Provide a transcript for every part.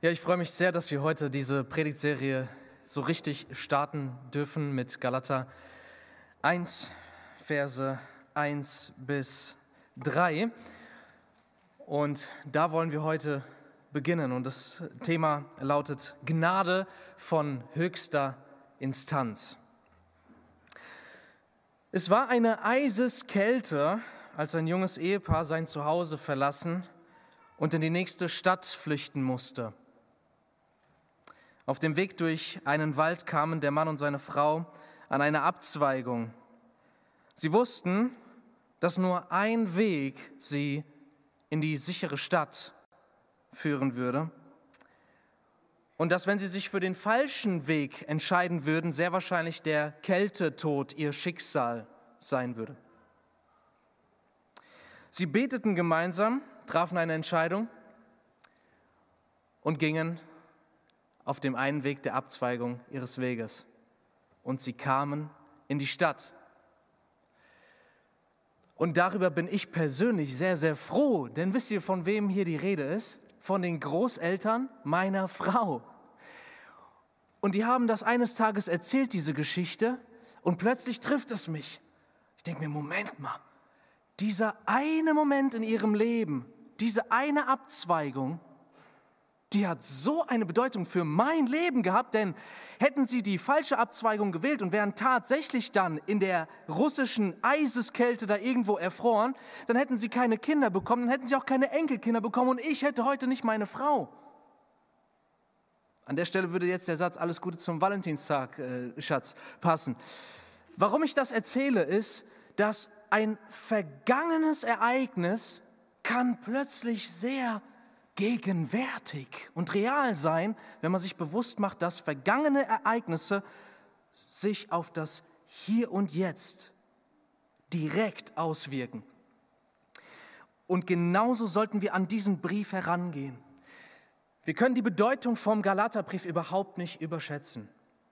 Ja, ich freue mich sehr, dass wir heute diese Predigtserie so richtig starten dürfen mit Galater 1, Verse 1 bis 3. Und da wollen wir heute beginnen. Und das Thema lautet Gnade von höchster Instanz. Es war eine Eiseskälte, als ein junges Ehepaar sein Zuhause verlassen und in die nächste Stadt flüchten musste. Auf dem Weg durch einen Wald kamen der Mann und seine Frau an eine Abzweigung. Sie wussten, dass nur ein Weg sie in die sichere Stadt führen würde und dass, wenn sie sich für den falschen Weg entscheiden würden, sehr wahrscheinlich der Kältetod ihr Schicksal sein würde. Sie beteten gemeinsam, trafen eine Entscheidung und gingen auf dem einen Weg der Abzweigung ihres Weges. Und sie kamen in die Stadt. Und darüber bin ich persönlich sehr, sehr froh, denn wisst ihr, von wem hier die Rede ist? Von den Großeltern meiner Frau. Und die haben das eines Tages erzählt, diese Geschichte, und plötzlich trifft es mich. Ich denke mir, Moment mal, dieser eine Moment in ihrem Leben, diese eine Abzweigung, die hat so eine Bedeutung für mein Leben gehabt, denn hätten sie die falsche Abzweigung gewählt und wären tatsächlich dann in der russischen Eiseskälte da irgendwo erfroren, dann hätten sie keine Kinder bekommen, dann hätten sie auch keine Enkelkinder bekommen und ich hätte heute nicht meine Frau. An der Stelle würde jetzt der Satz, alles Gute zum Valentinstag, Schatz, passen. Warum ich das erzähle, ist, dass ein vergangenes Ereignis kann plötzlich sehr gegenwärtig und real sein, wenn man sich bewusst macht, dass vergangene Ereignisse sich auf das Hier und Jetzt direkt auswirken. Und genauso sollten wir an diesen Brief herangehen. Wir können die Bedeutung vom Galaterbrief überhaupt nicht überschätzen.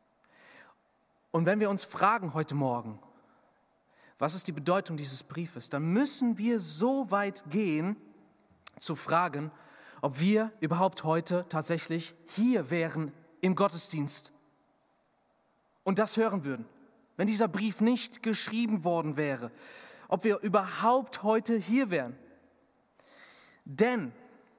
Und wenn wir uns fragen heute Morgen, was ist die Bedeutung dieses Briefes, dann müssen wir so weit gehen, zu fragen, ob wir überhaupt heute tatsächlich hier wären im Gottesdienst und das hören würden, wenn dieser Brief nicht geschrieben worden wäre, ob wir überhaupt heute hier wären. Denn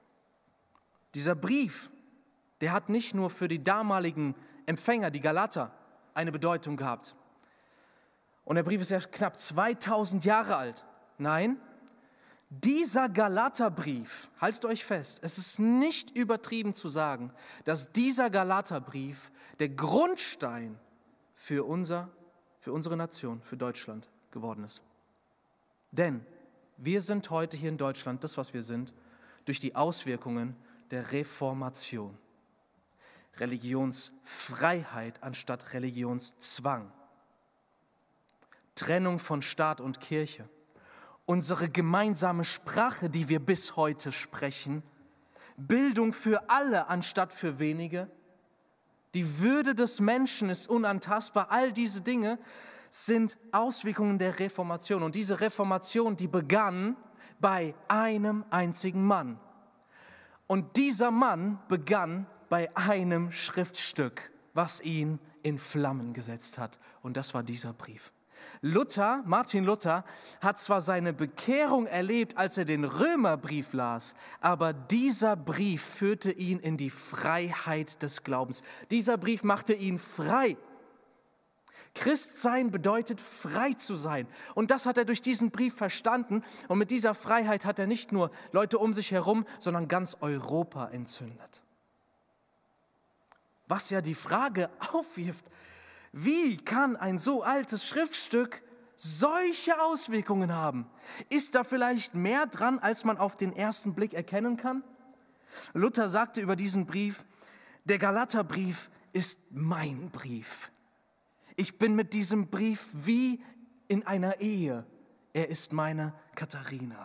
dieser Brief, der hat nicht nur für die damaligen Empfänger, die Galater, eine Bedeutung gehabt. Und der Brief ist ja knapp 2000 Jahre alt. Nein, dieser Galaterbrief, haltet euch fest, es ist nicht übertrieben zu sagen, dass dieser Galaterbrief der Grundstein für unsere Nation, für Deutschland geworden ist. Denn wir sind heute hier in Deutschland, das was wir sind, durch die Auswirkungen der Reformation. Religionsfreiheit anstatt Religionszwang. Trennung von Staat und Kirche. Unsere gemeinsame Sprache, die wir bis heute sprechen, Bildung für alle anstatt für wenige, die Würde des Menschen ist unantastbar, all diese Dinge sind Auswirkungen der Reformation. Und diese Reformation, die begann bei einem einzigen Mann. Und dieser Mann begann bei einem Schriftstück, was ihn in Flammen gesetzt hat. Und das war dieser Brief. Martin Luther, hat zwar seine Bekehrung erlebt, als er den Römerbrief las, aber dieser Brief führte ihn in die Freiheit des Glaubens. Dieser Brief machte ihn frei. Christsein bedeutet, frei zu sein. Und das hat er durch diesen Brief verstanden. Und mit dieser Freiheit hat er nicht nur Leute um sich herum, sondern ganz Europa entzündet. Was ja die Frage aufwirft, wie kann ein so altes Schriftstück solche Auswirkungen haben? Ist da vielleicht mehr dran, als man auf den ersten Blick erkennen kann? Luther sagte über diesen Brief, der Galaterbrief ist mein Brief. Ich bin mit diesem Brief wie in einer Ehe. Er ist meine Katharina.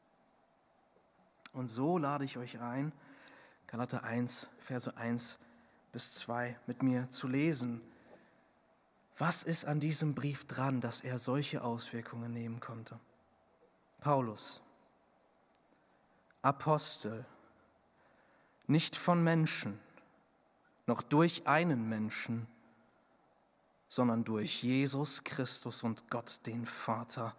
Und so lade ich euch ein, Galater 1, Verse 1 bis 2 mit mir zu lesen. Was ist an diesem Brief dran, dass er solche Auswirkungen nehmen konnte? Paulus, Apostel, nicht von Menschen, noch durch einen Menschen, sondern durch Jesus Christus und Gott, den Vater,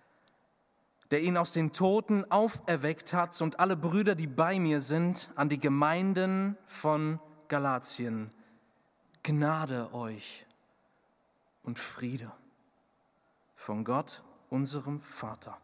der ihn aus den Toten auferweckt hat, und alle Brüder, die bei mir sind, an die Gemeinden von Galatien. Gnade euch und Friede von Gott, unserem Vater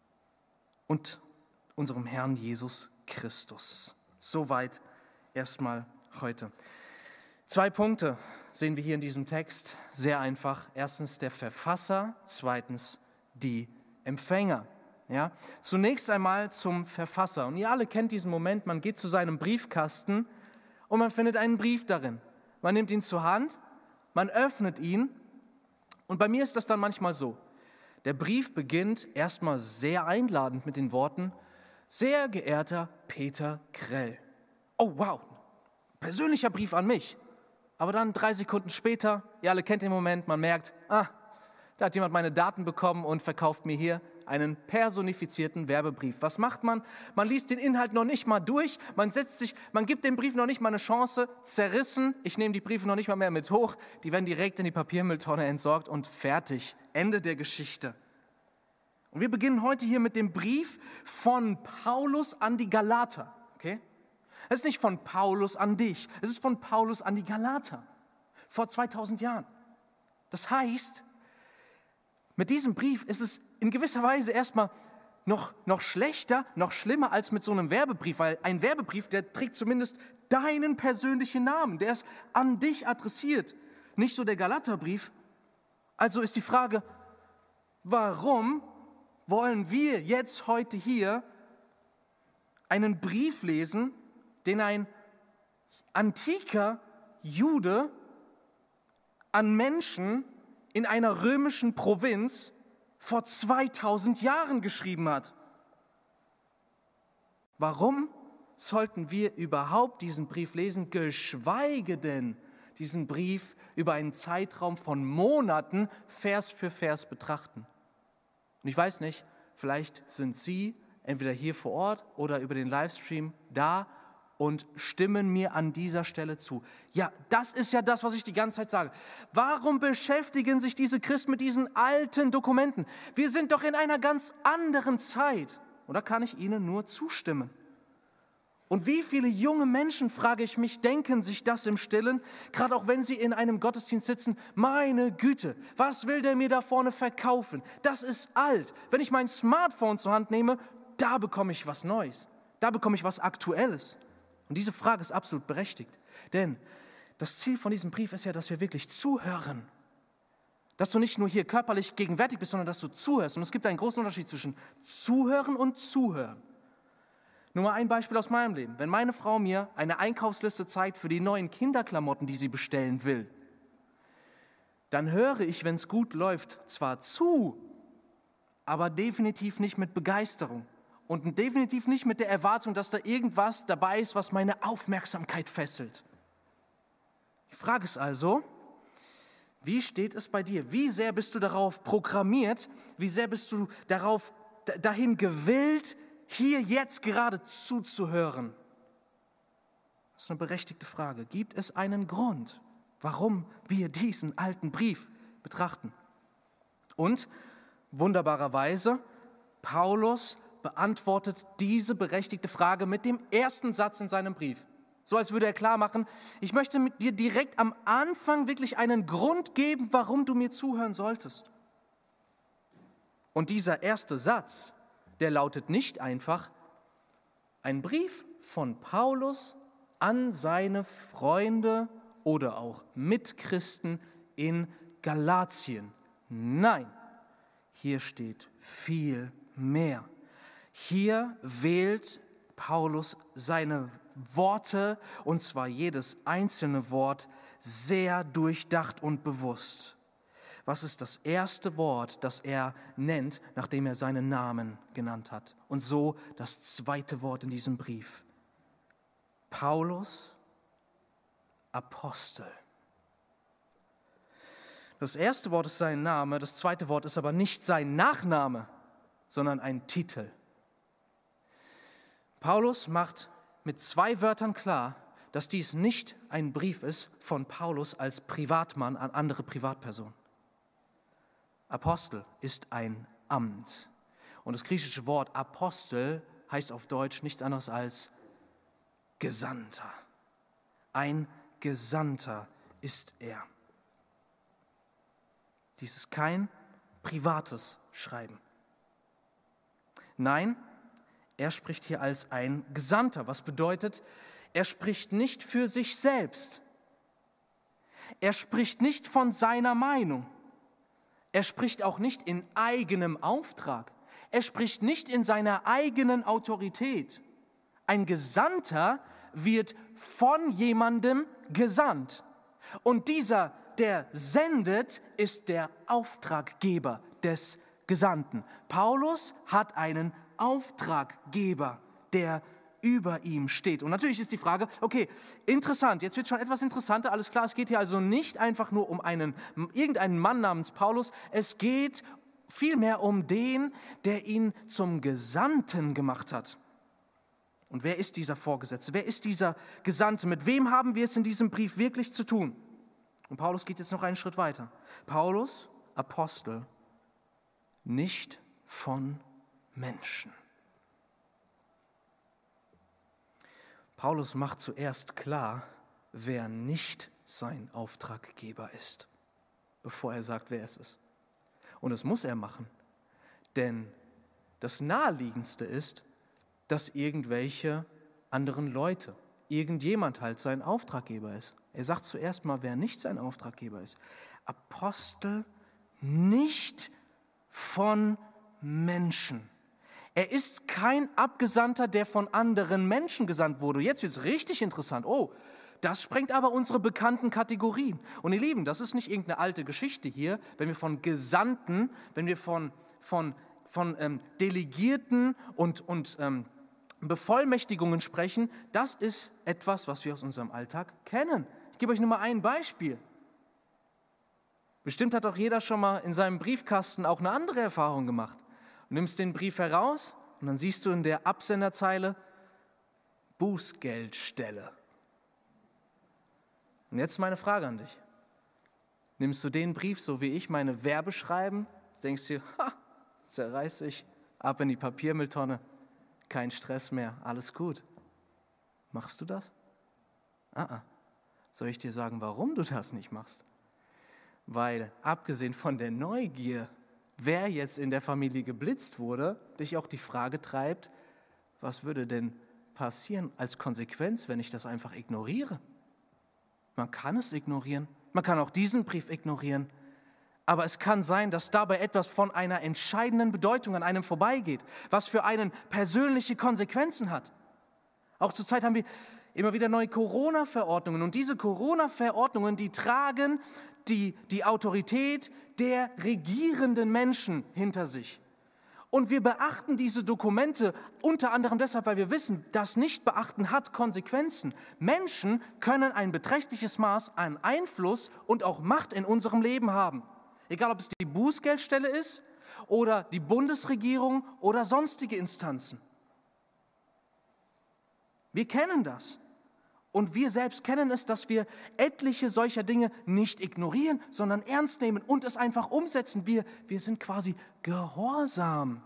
und unserem Herrn Jesus Christus. Soweit erstmal heute. 2 Punkte sehen wir hier in diesem Text, sehr einfach. Erstens der Verfasser, zweitens die Empfänger. Ja? Zunächst einmal zum Verfasser. Und ihr alle kennt diesen Moment, man geht zu seinem Briefkasten und man findet einen Brief darin. Man nimmt ihn zur Hand, man öffnet ihn und bei mir ist das dann manchmal so. Der Brief beginnt erstmal sehr einladend mit den Worten: Sehr geehrter Peter Grell. Oh wow, persönlicher Brief an mich. Aber dann 3 Sekunden später, ihr alle kennt den Moment, man merkt, da hat jemand meine Daten bekommen und verkauft mir hier einen personifizierten Werbebrief. Was macht man? Man liest den Inhalt noch nicht mal durch, man gibt dem Brief noch nicht mal eine Chance, zerrissen. Ich nehme die Briefe noch nicht mal mehr mit hoch, die werden direkt in die Papiermülltonne entsorgt und fertig. Ende der Geschichte. Und wir beginnen heute hier mit dem Brief von Paulus an die Galater. Okay? Es ist nicht von Paulus an dich, es ist von Paulus an die Galater vor 2000 Jahren. Das heißt, mit diesem Brief ist es in gewisser Weise erstmal noch schlechter, noch schlimmer als mit so einem Werbebrief, weil ein Werbebrief, der trägt zumindest deinen persönlichen Namen, der ist an dich adressiert, nicht so der Galaterbrief. Also ist die Frage, warum wollen wir jetzt heute hier einen Brief lesen, den ein antiker Jude an Menschen in einer römischen Provinz vor 2000 Jahren geschrieben hat? Warum sollten wir überhaupt diesen Brief lesen, geschweige denn diesen Brief über einen Zeitraum von Monaten Vers für Vers betrachten? Und ich weiß nicht, vielleicht sind Sie entweder hier vor Ort oder über den Livestream da und stimmen mir an dieser Stelle zu. Ja, das ist ja das, was ich die ganze Zeit sage. Warum beschäftigen sich diese Christen mit diesen alten Dokumenten? Wir sind doch in einer ganz anderen Zeit. Und da kann ich Ihnen nur zustimmen. Und wie viele junge Menschen, frage ich mich, denken sich das im Stillen, gerade auch wenn sie in einem Gottesdienst sitzen: Meine Güte, was will der mir da vorne verkaufen? Das ist alt. Wenn ich mein Smartphone zur Hand nehme, da bekomme ich was Neues. Da bekomme ich was Aktuelles. Und diese Frage ist absolut berechtigt. Denn das Ziel von diesem Brief ist ja, dass wir wirklich zuhören. Dass du nicht nur hier körperlich gegenwärtig bist, sondern dass du zuhörst. Und es gibt einen großen Unterschied zwischen Zuhören und Zuhören. Nur mal ein Beispiel aus meinem Leben. Wenn meine Frau mir eine Einkaufsliste zeigt für die neuen Kinderklamotten, die sie bestellen will, dann höre ich, wenn es gut läuft, zwar zu, aber definitiv nicht mit Begeisterung. Und definitiv nicht mit der Erwartung, dass da irgendwas dabei ist, was meine Aufmerksamkeit fesselt. Die Frage ist also, wie steht es bei dir? Wie sehr bist du darauf programmiert? Wie sehr bist du dahin gewillt, hier jetzt gerade zuzuhören? Das ist eine berechtigte Frage. Gibt es einen Grund, warum wir diesen alten Brief betrachten? Und wunderbarerweise, Paulus beantwortet diese berechtigte Frage mit dem ersten Satz in seinem Brief. So als würde er klar machen, ich möchte mit dir direkt am Anfang wirklich einen Grund geben, warum du mir zuhören solltest. Und dieser erste Satz, der lautet nicht einfach: Ein Brief von Paulus an seine Freunde oder auch Mitchristen in Galatien. Nein, hier steht viel mehr. Hier wählt Paulus seine Worte, und zwar jedes einzelne Wort, sehr durchdacht und bewusst. Was ist das erste Wort, das er nennt, nachdem er seinen Namen genannt hat? Und so das zweite Wort in diesem Brief. Paulus, Apostel. Das erste Wort ist sein Name, das zweite Wort ist aber nicht sein Nachname, sondern ein Titel. Paulus macht mit 2 Wörtern klar, dass dies nicht ein Brief ist von Paulus als Privatmann an andere Privatpersonen. Apostel ist ein Amt. Und das griechische Wort Apostel heißt auf Deutsch nichts anderes als Gesandter. Ein Gesandter ist er. Dies ist kein privates Schreiben. Nein, er spricht hier als ein Gesandter, was bedeutet, er spricht nicht für sich selbst. Er spricht nicht von seiner Meinung. Er spricht auch nicht in eigenem Auftrag. Er spricht nicht in seiner eigenen Autorität. Ein Gesandter wird von jemandem gesandt. Und dieser, der sendet, ist der Auftraggeber des Gesandten. Paulus hat einen Auftraggeber, der über ihm steht. Und natürlich ist die Frage, okay, interessant, jetzt wird schon etwas interessanter, alles klar, es geht hier also nicht einfach nur um irgendeinen Mann namens Paulus, es geht vielmehr um den, der ihn zum Gesandten gemacht hat. Und wer ist dieser Vorgesetzte? Wer ist dieser Gesandte? Mit wem haben wir es in diesem Brief wirklich zu tun? Und Paulus geht jetzt noch einen Schritt weiter. Paulus, Apostel, nicht von Menschen. Paulus macht zuerst klar, wer nicht sein Auftraggeber ist, bevor er sagt, wer es ist. Und das muss er machen, denn das Naheliegendste ist, dass irgendwelche anderen Leute, irgendjemand halt sein Auftraggeber ist. Er sagt zuerst mal, wer nicht sein Auftraggeber ist. Apostel nicht von Menschen. Er ist kein Abgesandter, der von anderen Menschen gesandt wurde. Jetzt wird es richtig interessant. Oh, das sprengt aber unsere bekannten Kategorien. Und ihr Lieben, das ist nicht irgendeine alte Geschichte hier, wenn wir von Gesandten, wenn wir von Delegierten und Bevollmächtigungen sprechen. Das ist etwas, was wir aus unserem Alltag kennen. Ich gebe euch nur mal ein Beispiel. Bestimmt hat auch jeder schon mal in seinem Briefkasten auch eine andere Erfahrung gemacht. Du nimmst den Brief heraus und dann siehst du in der Absenderzeile Bußgeldstelle. Und jetzt meine Frage an dich. Nimmst du den Brief, so wie ich meine Werbeschreiben, denkst du, zerreiß ich, ab in die Papiermülltonne, kein Stress mehr, alles gut. Machst du das? Soll ich dir sagen, warum du das nicht machst? Weil, abgesehen von der Neugier, wer jetzt in der Familie geblitzt wurde, dich auch die Frage treibt, was würde denn passieren als Konsequenz, wenn ich das einfach ignoriere? Man kann es ignorieren, man kann auch diesen Brief ignorieren, aber es kann sein, dass dabei etwas von einer entscheidenden Bedeutung an einem vorbeigeht, was für einen persönliche Konsequenzen hat. Auch zurzeit haben wir immer wieder neue Corona-Verordnungen und diese Corona-Verordnungen, die tragen die Autorität der regierenden Menschen hinter sich. Und wir beachten diese Dokumente unter anderem deshalb, weil wir wissen, das Nichtbeachten hat Konsequenzen. Menschen können ein beträchtliches Maß an Einfluss und auch Macht in unserem Leben haben. Egal, ob es die Bußgeldstelle ist oder die Bundesregierung oder sonstige Instanzen. Wir kennen das. Und wir selbst kennen es, dass wir etliche solcher Dinge nicht ignorieren, sondern ernst nehmen und es einfach umsetzen. Wir sind quasi gehorsam.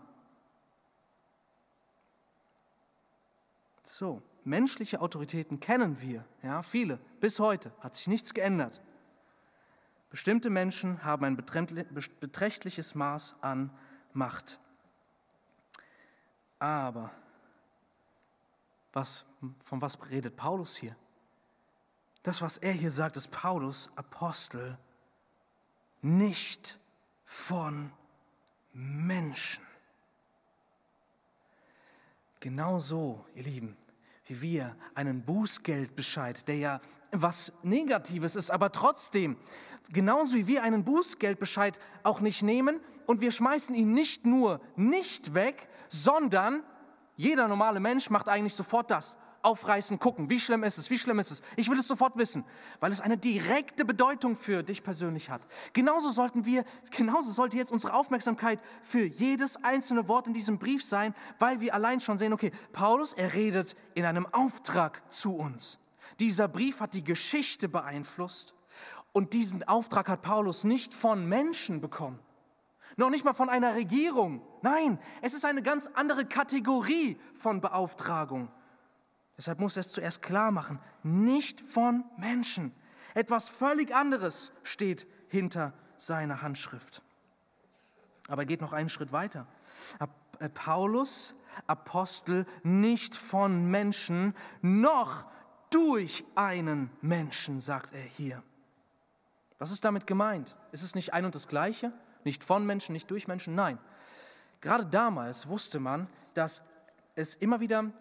So, menschliche Autoritäten kennen wir, ja, viele, bis heute, hat sich nichts geändert. Bestimmte Menschen haben ein beträchtliches Maß an Macht. Aber von was redet Paulus hier? Das, was er hier sagt, ist Paulus, Apostel, nicht von Menschen. Genauso, ihr Lieben, wie wir einen Bußgeldbescheid, der ja was Negatives ist, aber trotzdem, genauso wie wir einen Bußgeldbescheid auch nicht nehmen und wir schmeißen ihn nicht nur nicht weg, sondern jeder normale Mensch macht eigentlich sofort das. aufreißen, gucken, wie schlimm ist es, wie schlimm ist es. Ich will es sofort wissen, weil es eine direkte Bedeutung für dich persönlich hat. Genauso sollte jetzt unsere Aufmerksamkeit für jedes einzelne Wort in diesem Brief sein, weil wir allein schon sehen, okay, Paulus, er redet in einem Auftrag zu uns. Dieser Brief hat die Geschichte beeinflusst und diesen Auftrag hat Paulus nicht von Menschen bekommen. Noch nicht mal von einer Regierung. Nein, es ist eine ganz andere Kategorie von Beauftragung. Deshalb muss er es zuerst klar machen. Nicht von Menschen. Etwas völlig anderes steht hinter seiner Handschrift. Aber er geht noch einen Schritt weiter. Paulus, Apostel, nicht von Menschen, noch durch einen Menschen, sagt er hier. Was ist damit gemeint? Ist es nicht ein und das Gleiche? Nicht von Menschen, nicht durch Menschen, nein. Gerade damals wusste man, dass es immer wieder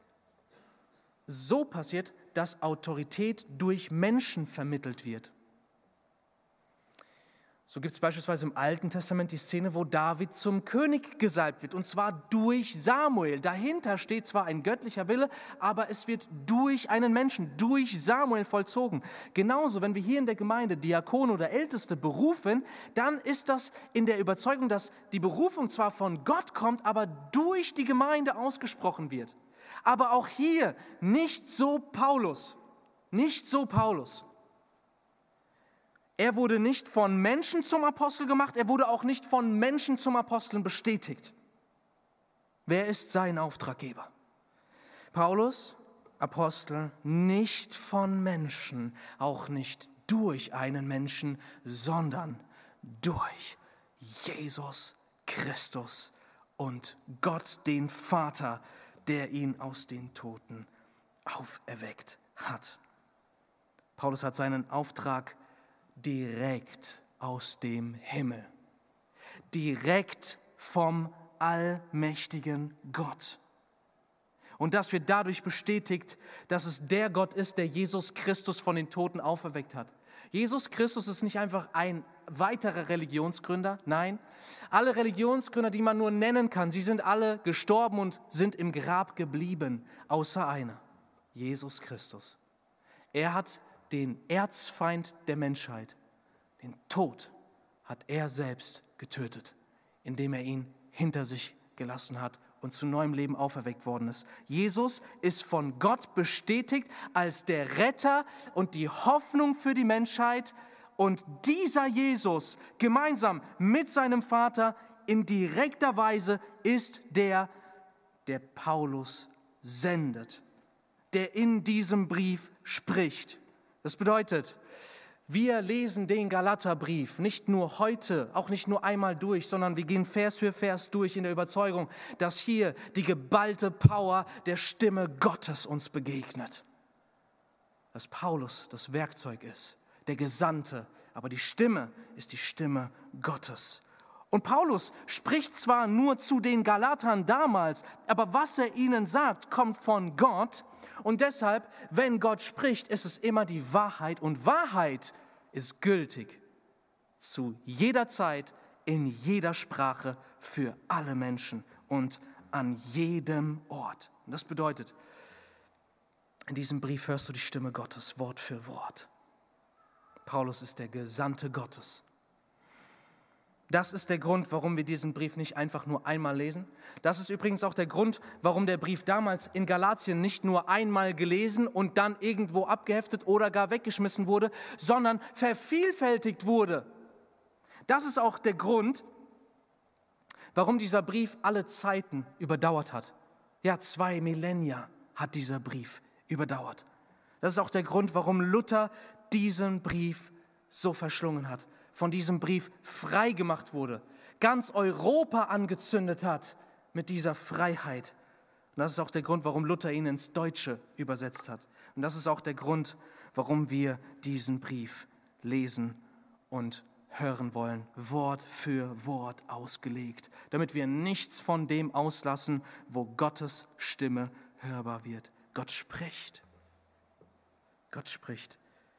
so passiert, dass Autorität durch Menschen vermittelt wird. So gibt es beispielsweise im Alten Testament die Szene, wo David zum König gesalbt wird, und zwar durch Samuel. Dahinter steht zwar ein göttlicher Wille, aber es wird durch einen Menschen, durch Samuel vollzogen. Genauso, wenn wir hier in der Gemeinde Diakone oder Älteste berufen, dann ist das in der Überzeugung, dass die Berufung zwar von Gott kommt, aber durch die Gemeinde ausgesprochen wird. Aber auch hier nicht so Paulus, nicht so Paulus. Er wurde nicht von Menschen zum Apostel gemacht, er wurde auch nicht von Menschen zum Aposteln bestätigt. Wer ist sein Auftraggeber? Paulus, Apostel, nicht von Menschen, auch nicht durch einen Menschen, sondern durch Jesus Christus und Gott, den Vater, der ihn aus den Toten auferweckt hat. Paulus hat seinen Auftrag direkt aus dem Himmel, direkt vom allmächtigen Gott. Und das wird dadurch bestätigt, dass es der Gott ist, der Jesus Christus von den Toten auferweckt hat. Jesus Christus ist nicht einfach ein weiterer Religionsgründer, nein, alle Religionsgründer, die man nur nennen kann, sie sind alle gestorben und sind im Grab geblieben, außer einer, Jesus Christus. Er hat den Erzfeind der Menschheit, den Tod, hat er selbst getötet, indem er ihn hinter sich gelassen hat und zu neuem Leben auferweckt worden ist. Jesus ist von Gott bestätigt als der Retter und die Hoffnung für die Menschheit. Und dieser Jesus gemeinsam mit seinem Vater in direkter Weise ist der Paulus sendet, der in diesem Brief spricht. Das bedeutet, wir lesen den Galaterbrief nicht nur heute, auch nicht nur einmal durch, sondern wir gehen Vers für Vers durch in der Überzeugung, dass hier die geballte Power der Stimme Gottes uns begegnet. Dass Paulus das Werkzeug ist, der Gesandte, aber die Stimme ist die Stimme Gottes. Und Paulus spricht zwar nur zu den Galatern damals, aber was er ihnen sagt, kommt von Gott. Und deshalb, wenn Gott spricht, ist es immer die Wahrheit. Und Wahrheit ist gültig zu jeder Zeit, in jeder Sprache, für alle Menschen und an jedem Ort. Und das bedeutet, in diesem Brief hörst du die Stimme Gottes, Wort für Wort. Paulus ist der Gesandte Gottes. Das ist der Grund, warum wir diesen Brief nicht einfach nur einmal lesen. Das ist übrigens auch der Grund, warum der Brief damals in Galatien nicht nur einmal gelesen und dann irgendwo abgeheftet oder gar weggeschmissen wurde, sondern vervielfältigt wurde. Das ist auch der Grund, warum dieser Brief alle Zeiten überdauert hat. Ja, 2 Millennia hat dieser Brief überdauert. Das ist auch der Grund, warum Luther diesen Brief so verschlungen hat, von diesem Brief frei gemacht wurde, ganz Europa angezündet hat mit dieser Freiheit. Und das ist auch der Grund, warum Luther ihn ins Deutsche übersetzt hat. Und das ist auch der Grund, warum wir diesen Brief lesen und hören wollen, Wort für Wort ausgelegt, damit wir nichts von dem auslassen, wo Gottes Stimme hörbar wird. Gott spricht. Gott spricht.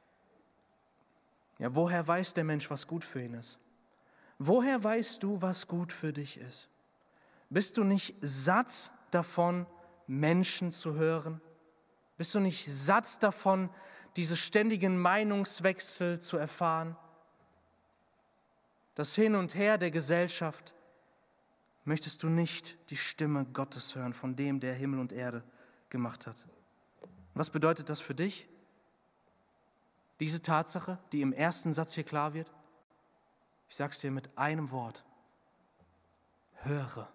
Ja, woher weiß der Mensch, was gut für ihn ist? Woher weißt du, was gut für dich ist? Bist du nicht satt davon, Menschen zu hören? Bist du nicht satt davon, diese ständigen Meinungswechsel zu erfahren? Das Hin und Her der Gesellschaft? Möchtest du nicht die Stimme Gottes hören, von dem, der Himmel und Erde gemacht hat? Was bedeutet das für dich? Diese Tatsache, die im ersten Satz hier klar wird? Ich sage es dir mit einem Wort. Höre.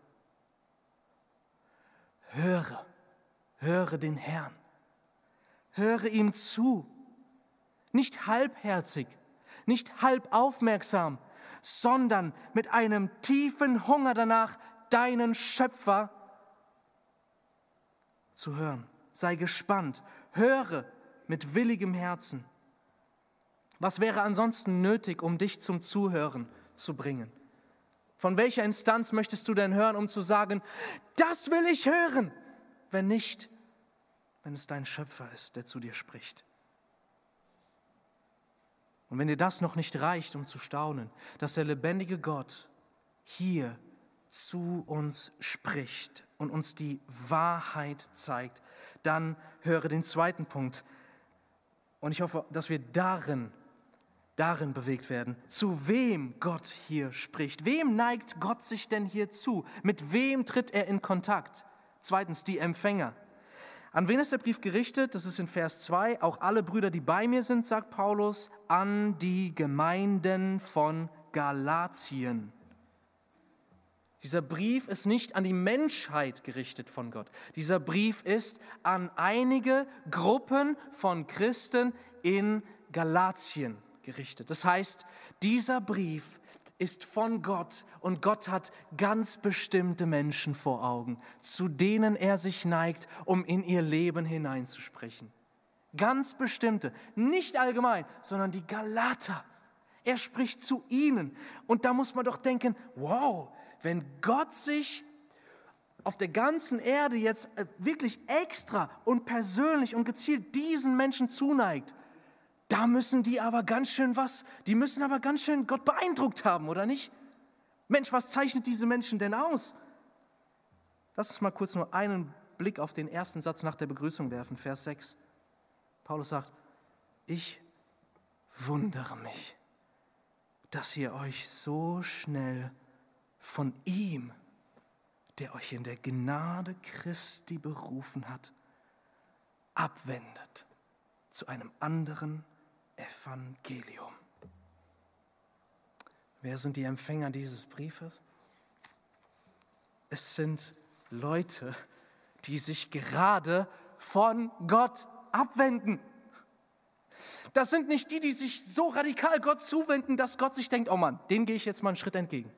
Höre. Höre den Herrn. Höre ihm zu. Nicht halbherzig, nicht halb aufmerksam, sondern mit einem tiefen Hunger danach, deinen Schöpfer zu hören. Sei gespannt. Höre mit willigem Herzen. Was wäre ansonsten nötig, um dich zum Zuhören zu bringen? Von welcher Instanz möchtest du denn hören, um zu sagen, das will ich hören, wenn nicht, wenn es dein Schöpfer ist, der zu dir spricht? Und wenn dir das noch nicht reicht, um zu staunen, dass der lebendige Gott hier zu uns spricht und uns die Wahrheit zeigt, dann höre den zweiten Punkt. Und ich hoffe, dass wir darin bewegt werden, zu wem Gott hier spricht. Wem neigt Gott sich denn hier zu? Mit wem tritt er in Kontakt? Zweitens, die Empfänger. An wen ist der Brief gerichtet? Das ist in Vers 2. Auch alle Brüder, die bei mir sind, sagt Paulus, an die Gemeinden von Galatien. Dieser Brief ist nicht an die Menschheit gerichtet von Gott. Dieser Brief ist an einige Gruppen von Christen in Galatien gerichtet. Das heißt, dieser Brief ist von Gott und Gott hat ganz bestimmte Menschen vor Augen, zu denen er sich neigt, um in ihr Leben hineinzusprechen. Ganz bestimmte, nicht allgemein, sondern die Galater. Er spricht zu ihnen. Und da muss man doch denken, wow, wenn Gott sich auf der ganzen Erde jetzt wirklich extra und persönlich und gezielt diesen Menschen zuneigt, da müssen die aber ganz schön Gott beeindruckt haben, oder nicht? Mensch, was zeichnet diese Menschen denn aus? Lass uns mal kurz nur einen Blick auf den ersten Satz nach der Begrüßung werfen, Vers 6. Paulus sagt, ich wundere mich, dass ihr euch so schnell von ihm, der euch in der Gnade Christi berufen hat, abwendet zu einem anderen Evangelium. Wer sind die Empfänger dieses Briefes? Es sind Leute, die sich gerade von Gott abwenden. Das sind nicht die sich so radikal Gott zuwenden, dass Gott sich denkt, oh Mann, denen gehe ich jetzt mal einen Schritt entgegen.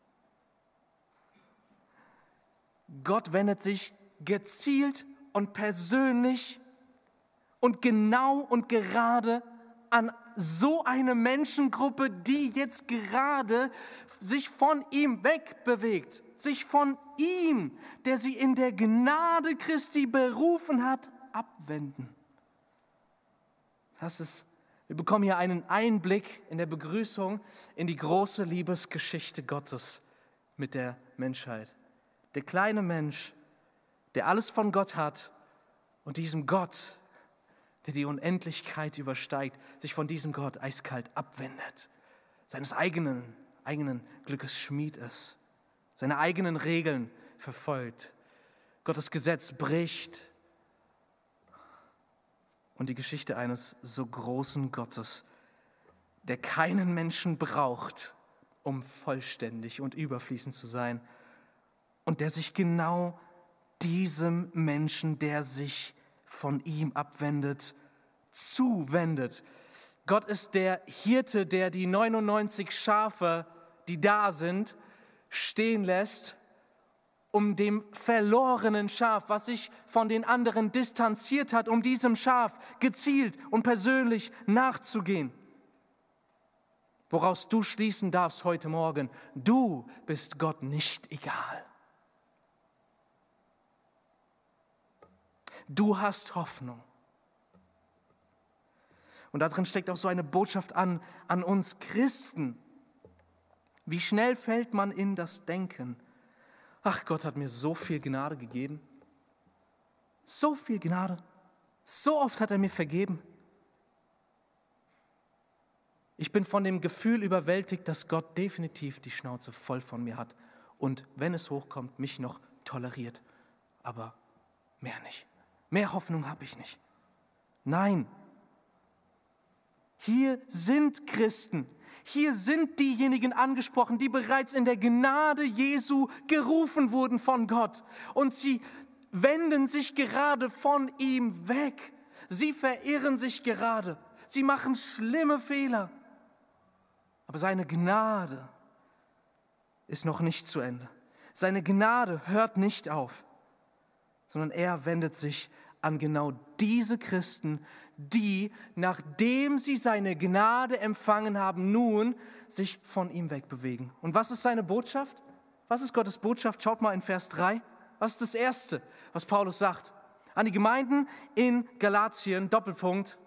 Gott wendet sich gezielt und persönlich und genau und gerade an so eine Menschengruppe, die jetzt gerade sich von ihm wegbewegt, sich von ihm, der sie in der Gnade Christi berufen hat, abwenden. Wir bekommen hier einen Einblick in der Begrüßung in die große Liebesgeschichte Gottes mit der Menschheit. Der kleine Mensch, der alles von Gott hat und diesem Gott, der die Unendlichkeit übersteigt, sich von diesem Gott eiskalt abwendet, seines eigenen Glückes Schmied ist, seine eigenen Regeln verfolgt, Gottes Gesetz bricht und die Geschichte eines so großen Gottes, der keinen Menschen braucht, um vollständig und überfließend zu sein und der sich genau diesem Menschen, der sich von ihm abwendet, zuwendet. Gott ist der Hirte, der die 99 Schafe, die da sind, stehen lässt, um dem verlorenen Schaf, was sich von den anderen distanziert hat, um diesem Schaf gezielt und persönlich nachzugehen. Woraus du schließen darfst heute Morgen, du bist Gott nicht egal. Du hast Hoffnung. Und darin steckt auch so eine Botschaft an uns Christen. Wie schnell fällt man in das Denken, ach, Gott hat mir so viel Gnade gegeben. So viel Gnade. So oft hat er mir vergeben. Ich bin von dem Gefühl überwältigt, dass Gott definitiv die Schnauze voll von mir hat und, wenn es hochkommt, mich noch toleriert. Aber mehr nicht. Mehr Hoffnung habe ich nicht. Nein. Hier sind Christen. Hier sind diejenigen angesprochen, die bereits in der Gnade Jesu gerufen wurden von Gott. Und sie wenden sich gerade von ihm weg. Sie verirren sich gerade. Sie machen schlimme Fehler. Aber seine Gnade ist noch nicht zu Ende. Seine Gnade hört nicht auf, sondern er wendet sich an genau diese Christen, die, nachdem sie seine Gnade empfangen haben, nun sich von ihm wegbewegen. Und was ist seine Botschaft? Was ist Gottes Botschaft? Schaut mal in Vers 3. Was ist das Erste, was Paulus sagt? An die Gemeinden in Galatien, Doppelpunkt,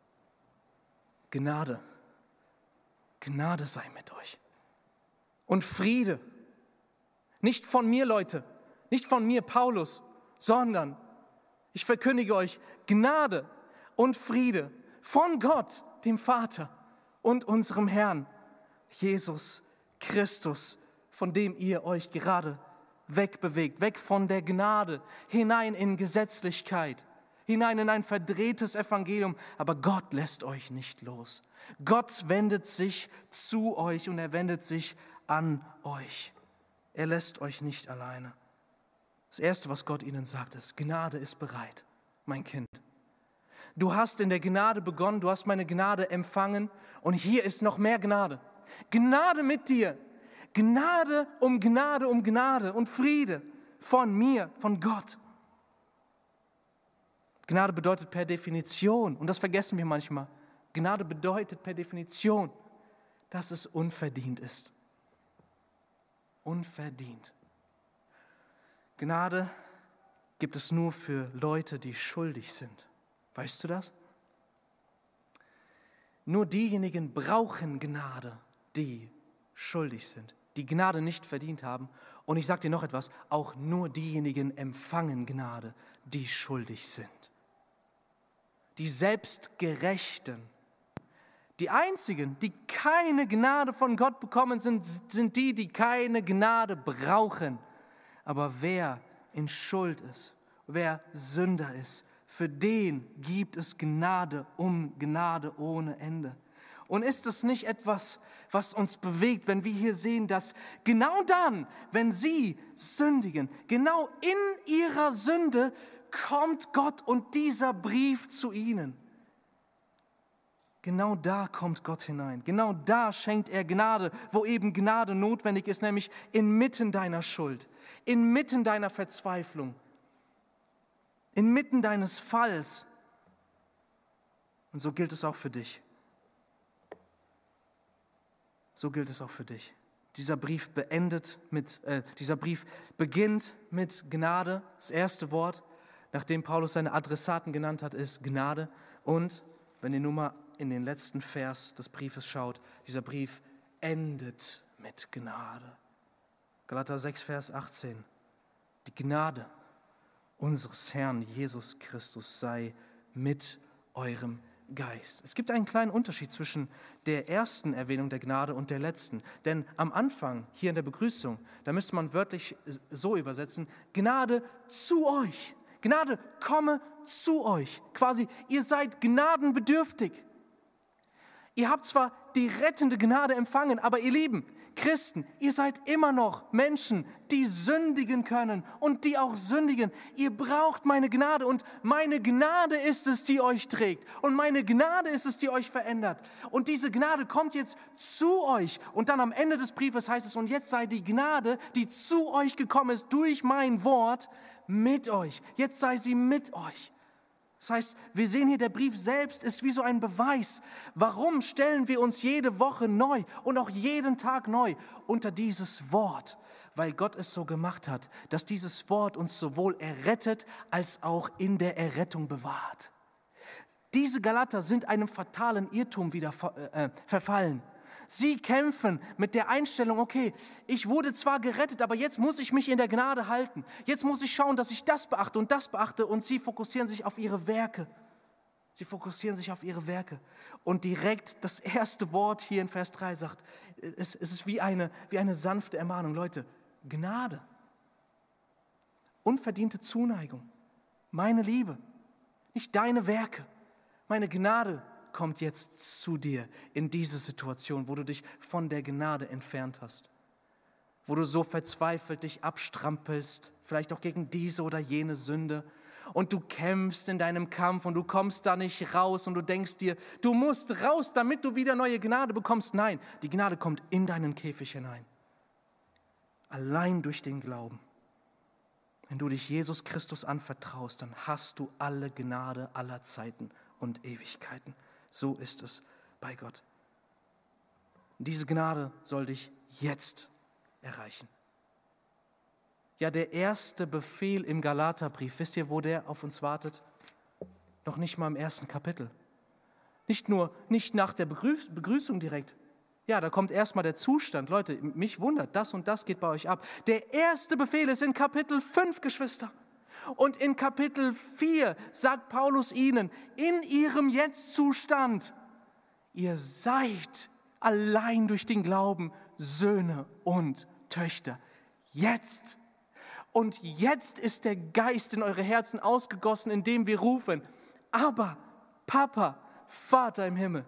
Gnade. Gnade sei mit euch. Und Friede. Nicht von mir, Leute, nicht von mir, Paulus, sondern ich verkündige euch Gnade und Friede von Gott, dem Vater und unserem Herrn, Jesus Christus, von dem ihr euch gerade wegbewegt, weg von der Gnade, hinein in Gesetzlichkeit, hinein in ein verdrehtes Evangelium. Aber Gott lässt euch nicht los. Gott wendet sich zu euch und er wendet sich an euch. Er lässt euch nicht alleine. Das Erste, was Gott ihnen sagt, ist, Gnade ist bereit, mein Kind. Du hast in der Gnade begonnen, du hast meine Gnade empfangen und hier ist noch mehr Gnade. Gnade mit dir. Gnade um Gnade und Friede von mir, von Gott. Gnade bedeutet per Definition, und das vergessen wir manchmal, Gnade bedeutet per Definition, dass es unverdient ist. Unverdient. Gnade gibt es nur für Leute, die schuldig sind. Weißt du das? Nur diejenigen brauchen Gnade, die schuldig sind, die Gnade nicht verdient haben. Und ich sage dir noch etwas, auch nur diejenigen empfangen Gnade, die schuldig sind. Die Selbstgerechten. Die einzigen, die keine Gnade von Gott bekommen, sind die, die keine Gnade brauchen. Aber wer in Schuld ist, wer Sünder ist, für den gibt es Gnade um Gnade ohne Ende. Und ist es nicht etwas, was uns bewegt, wenn wir hier sehen, dass genau dann, wenn sie sündigen, genau in ihrer Sünde kommt Gott und dieser Brief zu ihnen. Genau da kommt Gott hinein. Genau da schenkt er Gnade, wo eben Gnade notwendig ist, nämlich inmitten deiner Schuld, inmitten deiner Verzweiflung, inmitten deines Falls. Und so gilt es auch für dich. So gilt es auch für dich. Dieser Brief beginnt mit Gnade. Das erste Wort, nachdem Paulus seine Adressaten genannt hat, ist Gnade. Und wenn ihr nun mal in den letzten Vers des Briefes schaut, dieser Brief endet mit Gnade. Galater 6, Vers 18. Die Gnade unseres Herrn Jesus Christus sei mit eurem Geist. Es gibt einen kleinen Unterschied zwischen der ersten Erwähnung der Gnade und der letzten. Denn am Anfang, hier in der Begrüßung, da müsste man wörtlich so übersetzen, Gnade zu euch. Gnade komme zu euch. Quasi, ihr seid gnadenbedürftig. Ihr habt zwar die rettende Gnade empfangen, aber ihr Lieben, Christen, ihr seid immer noch Menschen, die sündigen können und die auch sündigen. Ihr braucht meine Gnade und meine Gnade ist es, die euch trägt und meine Gnade ist es, die euch verändert. Und diese Gnade kommt jetzt zu euch und dann am Ende des Briefes heißt es, und jetzt sei die Gnade, die zu euch gekommen ist durch mein Wort, mit euch. Jetzt sei sie mit euch. Das heißt, wir sehen hier, der Brief selbst ist wie so ein Beweis. Warum stellen wir uns jede Woche neu und auch jeden Tag neu unter dieses Wort? Weil Gott es so gemacht hat, dass dieses Wort uns sowohl errettet als auch in der Errettung bewahrt. Diese Galater sind einem fatalen Irrtum wieder verfallen. Sie kämpfen mit der Einstellung, okay, ich wurde zwar gerettet, aber jetzt muss ich mich in der Gnade halten. Jetzt muss ich schauen, dass ich das beachte und sie fokussieren sich auf ihre Werke. Sie fokussieren sich auf ihre Werke. Und direkt das erste Wort hier in Vers 3 sagt, es ist wie eine sanfte Ermahnung. Leute, Gnade, unverdiente Zuneigung, meine Liebe, nicht deine Werke. Meine Gnade kommt jetzt zu dir in diese Situation, wo du dich von der Gnade entfernt hast, wo du so verzweifelt dich abstrampelst, vielleicht auch gegen diese oder jene Sünde, und du kämpfst in deinem Kampf und du kommst da nicht raus und du denkst dir, du musst raus, damit du wieder neue Gnade bekommst. Nein, die Gnade kommt in deinen Käfig hinein, allein durch den Glauben. Wenn du dich Jesus Christus anvertraust, dann hast du alle Gnade aller Zeiten und Ewigkeiten. So ist es bei Gott. Diese Gnade soll dich jetzt erreichen. Ja, der erste Befehl im Galaterbrief, wisst ihr, wo der auf uns wartet? Noch nicht mal im ersten Kapitel. Nicht nach der Begrüßung direkt. Ja, da kommt erstmal der Zustand. Leute, mich wundert, das und das geht bei euch ab. Der erste Befehl ist in Kapitel 5, Geschwister. Und in Kapitel 4 sagt Paulus ihnen, in ihrem Jetzt-Zustand, ihr seid allein durch den Glauben Söhne und Töchter. Jetzt. Und jetzt ist der Geist in eure Herzen ausgegossen, indem wir rufen, aber Papa, Vater im Himmel.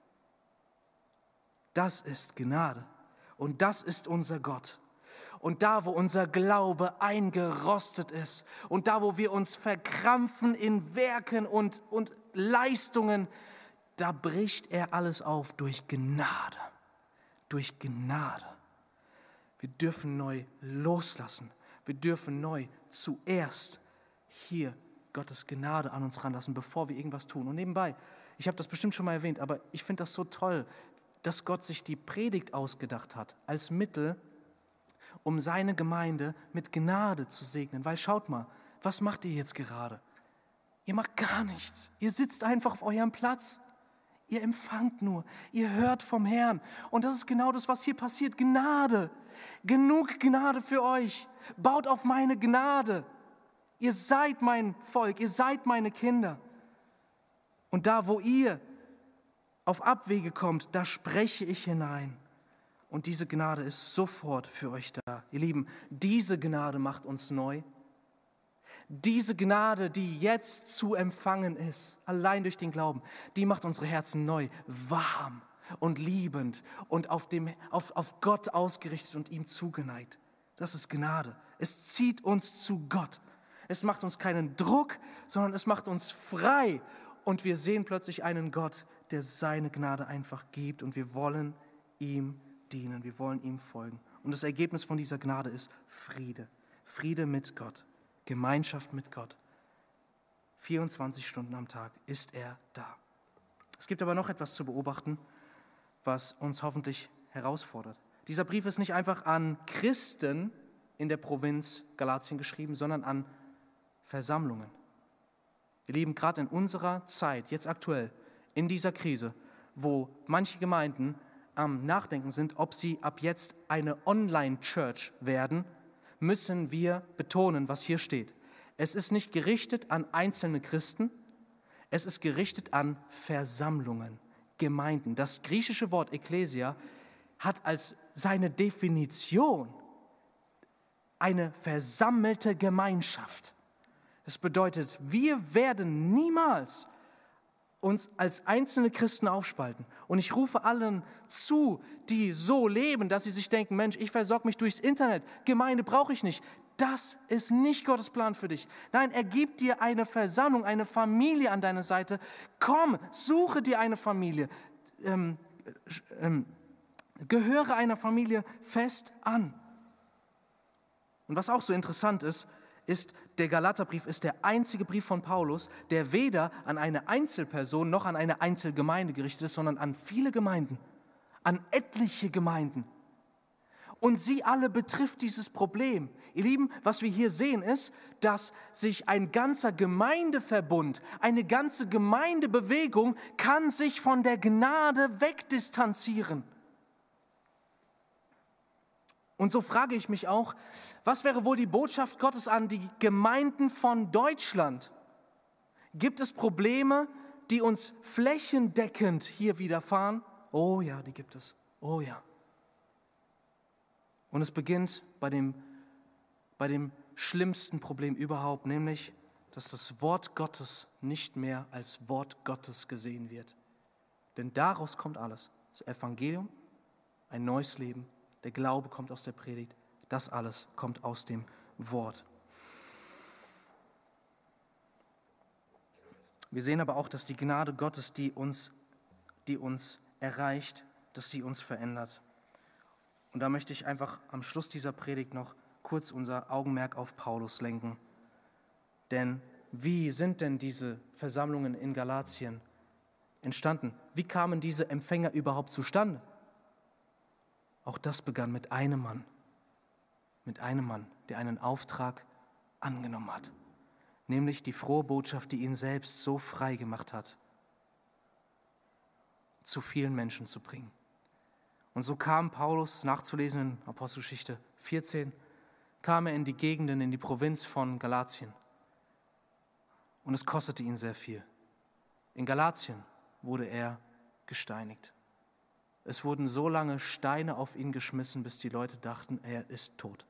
Das ist Gnade und das ist unser Gott. Und da, wo unser Glaube eingerostet ist und da, wo wir uns verkrampfen in Werken und Leistungen, da bricht er alles auf durch Gnade. Durch Gnade. Wir dürfen neu loslassen. Wir dürfen neu zuerst hier Gottes Gnade an uns ranlassen, bevor wir irgendwas tun. Und nebenbei, ich habe das bestimmt schon mal erwähnt, aber ich finde das so toll, dass Gott sich die Predigt ausgedacht hat als Mittel, um seine Gemeinde mit Gnade zu segnen. Weil schaut mal, was macht ihr jetzt gerade? Ihr macht gar nichts. Ihr sitzt einfach auf eurem Platz. Ihr empfangt nur. Ihr hört vom Herrn. Und das ist genau das, was hier passiert. Gnade. Genug Gnade für euch. Baut auf meine Gnade. Ihr seid mein Volk. Ihr seid meine Kinder. Und da, wo ihr auf Abwege kommt, da spreche ich hinein. Und diese Gnade ist sofort für euch da. Ihr Lieben, diese Gnade macht uns neu. Diese Gnade, die jetzt zu empfangen ist, allein durch den Glauben, die macht unsere Herzen neu, warm und liebend und auf Gott ausgerichtet und ihm zugeneigt. Das ist Gnade. Es zieht uns zu Gott. Es macht uns keinen Druck, sondern es macht uns frei. Und wir sehen plötzlich einen Gott, der seine Gnade einfach gibt und wir wollen ihm dienen, wir wollen ihm folgen. Und das Ergebnis von dieser Gnade ist Friede. Friede mit Gott. Gemeinschaft mit Gott. 24 Stunden am Tag ist er da. Es gibt aber noch etwas zu beobachten, was uns hoffentlich herausfordert. Dieser Brief ist nicht einfach an Christen in der Provinz Galatien geschrieben, sondern an Versammlungen. Ihr Lieben, gerade in unserer Zeit, jetzt aktuell, in dieser Krise, wo manche Gemeinden am Nachdenken sind, ob sie ab jetzt eine Online-Church werden, müssen wir betonen, was hier steht. Es ist nicht gerichtet an einzelne Christen, es ist gerichtet an Versammlungen, Gemeinden. Das griechische Wort Ekklesia hat als seine Definition eine versammelte Gemeinschaft. Das bedeutet, wir werden niemals uns als einzelne Christen aufspalten. Und ich rufe allen zu, die so leben, dass sie sich denken, Mensch, ich versorge mich durchs Internet, Gemeinde brauche ich nicht. Das ist nicht Gottes Plan für dich. Nein, er gibt dir eine Versammlung, eine Familie an deiner Seite. Komm, suche dir eine Familie. Gehöre einer Familie fest an. Und was auch so interessant ist, der Galaterbrief ist der einzige Brief von Paulus, der weder an eine Einzelperson noch an eine Einzelgemeinde gerichtet ist, sondern an viele Gemeinden, an etliche Gemeinden. Und sie alle betrifft dieses Problem. Ihr Lieben, was wir hier sehen ist, dass sich ein ganzer Gemeindeverbund, eine ganze Gemeindebewegung kann sich von der Gnade wegdistanzieren. Und so frage ich mich auch, was wäre wohl die Botschaft Gottes an die Gemeinden von Deutschland? Gibt es Probleme, die uns flächendeckend hier widerfahren? Oh ja, die gibt es. Oh ja. Und es beginnt bei dem schlimmsten Problem überhaupt, nämlich, dass das Wort Gottes nicht mehr als Wort Gottes gesehen wird. Denn daraus kommt alles. Das Evangelium, ein neues Leben, der Glaube kommt aus der Predigt. Das alles kommt aus dem Wort. Wir sehen aber auch, dass die Gnade Gottes, die uns erreicht, dass sie uns verändert. Und da möchte ich einfach am Schluss dieser Predigt noch kurz unser Augenmerk auf Paulus lenken. Denn wie sind denn diese Versammlungen in Galatien entstanden? Wie kamen diese Empfänger überhaupt zustande? Auch das begann mit einem Mann, der einen Auftrag angenommen hat. Nämlich die frohe Botschaft, die ihn selbst so frei gemacht hat, zu vielen Menschen zu bringen. Und so kam Paulus, nachzulesen in Apostelgeschichte 14, kam er in die Gegenden, in die Provinz von Galatien. Und es kostete ihn sehr viel. In Galatien wurde er gesteinigt. Es wurden so lange Steine auf ihn geschmissen, bis die Leute dachten, er ist tot.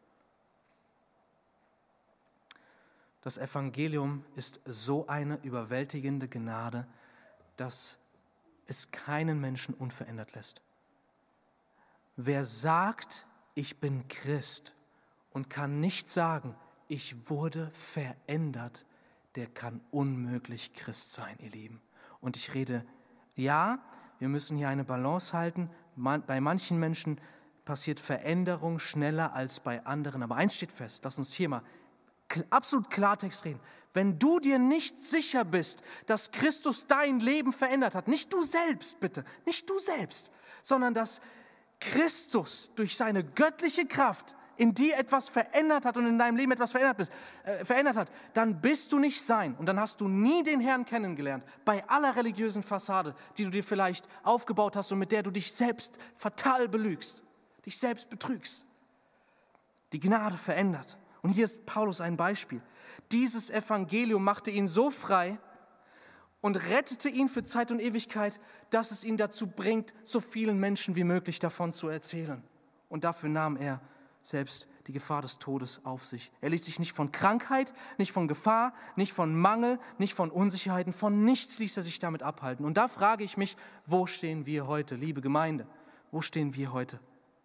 Das Evangelium ist so eine überwältigende Gnade, dass es keinen Menschen unverändert lässt. Wer sagt, ich bin Christ und kann nicht sagen, ich wurde verändert, der kann unmöglich Christ sein, ihr Lieben. Und ich rede, ja, wir müssen hier eine Balance halten. Bei manchen Menschen passiert Veränderung schneller als bei anderen. Aber eins steht fest, lass uns hier mal absolut Klartext reden. Wenn du dir nicht sicher bist, dass Christus dein Leben verändert hat, nicht du selbst bitte, nicht du selbst, sondern dass Christus durch seine göttliche Kraft in dir etwas verändert hat und in deinem Leben etwas verändert hat, dann bist du nicht sein und dann hast du nie den Herrn kennengelernt, bei aller religiösen Fassade, die du dir vielleicht aufgebaut hast und mit der du dich selbst fatal belügst, dich selbst betrügst. Die Gnade verändert. Und hier ist Paulus ein Beispiel. Dieses Evangelium machte ihn so frei und rettete ihn für Zeit und Ewigkeit, dass es ihn dazu bringt, so vielen Menschen wie möglich davon zu erzählen. Und dafür nahm er selbst die Gefahr des Todes auf sich. Er ließ sich nicht von Krankheit, nicht von Gefahr, nicht von Mangel, nicht von Unsicherheiten, von nichts ließ er sich damit abhalten. Und da frage ich mich, wo stehen wir heute, liebe Gemeinde? Wo stehen wir heute?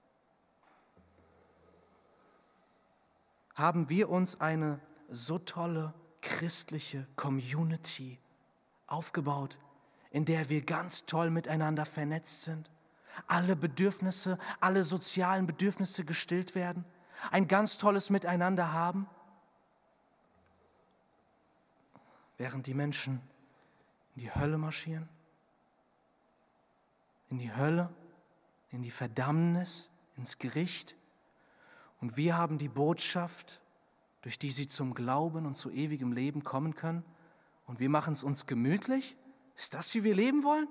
Haben wir uns eine so tolle christliche Community aufgebaut, in der wir ganz toll miteinander vernetzt sind? Alle Bedürfnisse, alle sozialen Bedürfnisse gestillt werden, ein ganz tolles Miteinander haben, während die Menschen in die Hölle marschieren, in die Hölle, in die Verdammnis, ins Gericht. Und wir haben die Botschaft, durch die sie zum Glauben und zu ewigem Leben kommen können. Und wir machen es uns gemütlich. Ist das, wie wir leben wollen?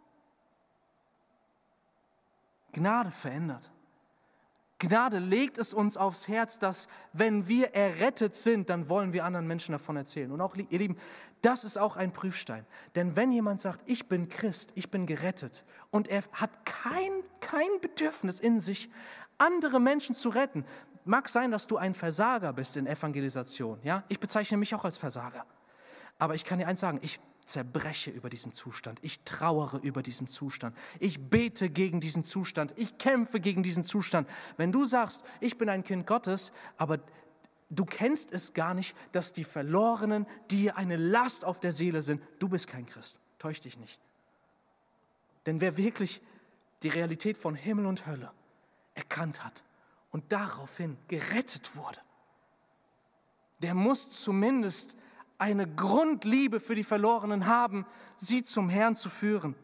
Gnade verändert. Gnade legt es uns aufs Herz, dass wenn wir errettet sind, dann wollen wir anderen Menschen davon erzählen. Und auch, ihr Lieben, das ist auch ein Prüfstein. Denn wenn jemand sagt, ich bin Christ, ich bin gerettet und er hat kein Bedürfnis in sich, andere Menschen zu retten, mag sein, dass du ein Versager bist in Evangelisation. Ja? Ich bezeichne mich auch als Versager. Aber ich kann dir eins sagen, ich zerbreche über diesen Zustand. Ich trauere über diesen Zustand. Ich bete gegen diesen Zustand. Ich kämpfe gegen diesen Zustand. Wenn du sagst, ich bin ein Kind Gottes, aber du kennst es gar nicht, dass die Verlorenen dir eine Last auf der Seele sind, du bist kein Christ. Täusch dich nicht. Denn wer wirklich die Realität von Himmel und Hölle erkannt hat und daraufhin gerettet wurde, der muss zumindest eine Grundliebe für die Verlorenen haben, sie zum Herrn zu führen.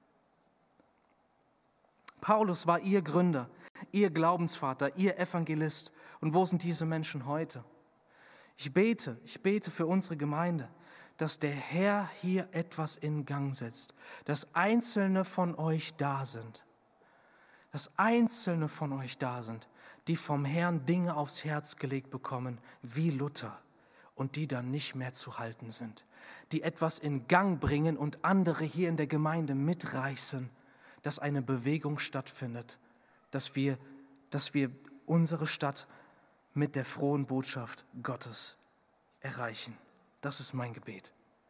Paulus war ihr Gründer, ihr Glaubensvater, ihr Evangelist. Und wo sind diese Menschen heute? Ich bete für unsere Gemeinde, dass der Herr hier etwas in Gang setzt, dass Einzelne von euch da sind, die vom Herrn Dinge aufs Herz gelegt bekommen, wie Luther. und die dann nicht mehr zu halten sind, die etwas in Gang bringen und andere hier in der Gemeinde mitreißen, dass eine Bewegung stattfindet, dass wir unsere Stadt mit der frohen Botschaft Gottes erreichen. Das ist mein Gebet.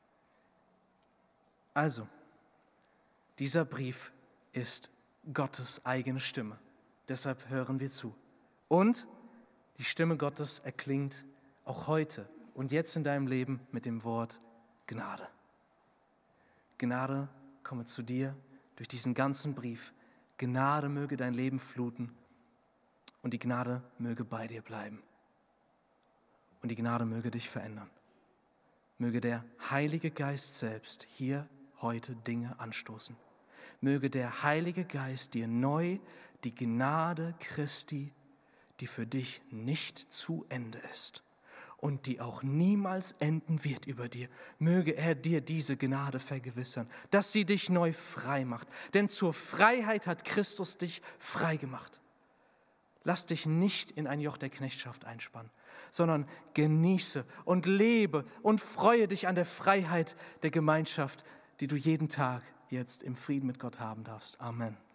Also, dieser Brief ist Gottes eigene Stimme. Deshalb hören wir zu. Und die Stimme Gottes erklingt auch heute und jetzt in deinem Leben mit dem Wort Gnade. Gnade komme zu dir durch diesen ganzen Brief. Gnade möge dein Leben fluten und die Gnade möge bei dir bleiben. Und die Gnade möge dich verändern. Möge der Heilige Geist selbst hier heute Dinge anstoßen. Möge der Heilige Geist dir neu die Gnade Christi, die für dich nicht zu Ende ist und die auch niemals enden wird über dir, möge er dir diese Gnade vergewissern, dass sie dich neu frei macht. Denn zur Freiheit hat Christus dich frei gemacht. Lass dich nicht in ein Joch der Knechtschaft einspannen, sondern genieße und lebe und freue dich an der Freiheit der Gemeinschaft, die du jeden Tag jetzt im Frieden mit Gott haben darfst. Amen.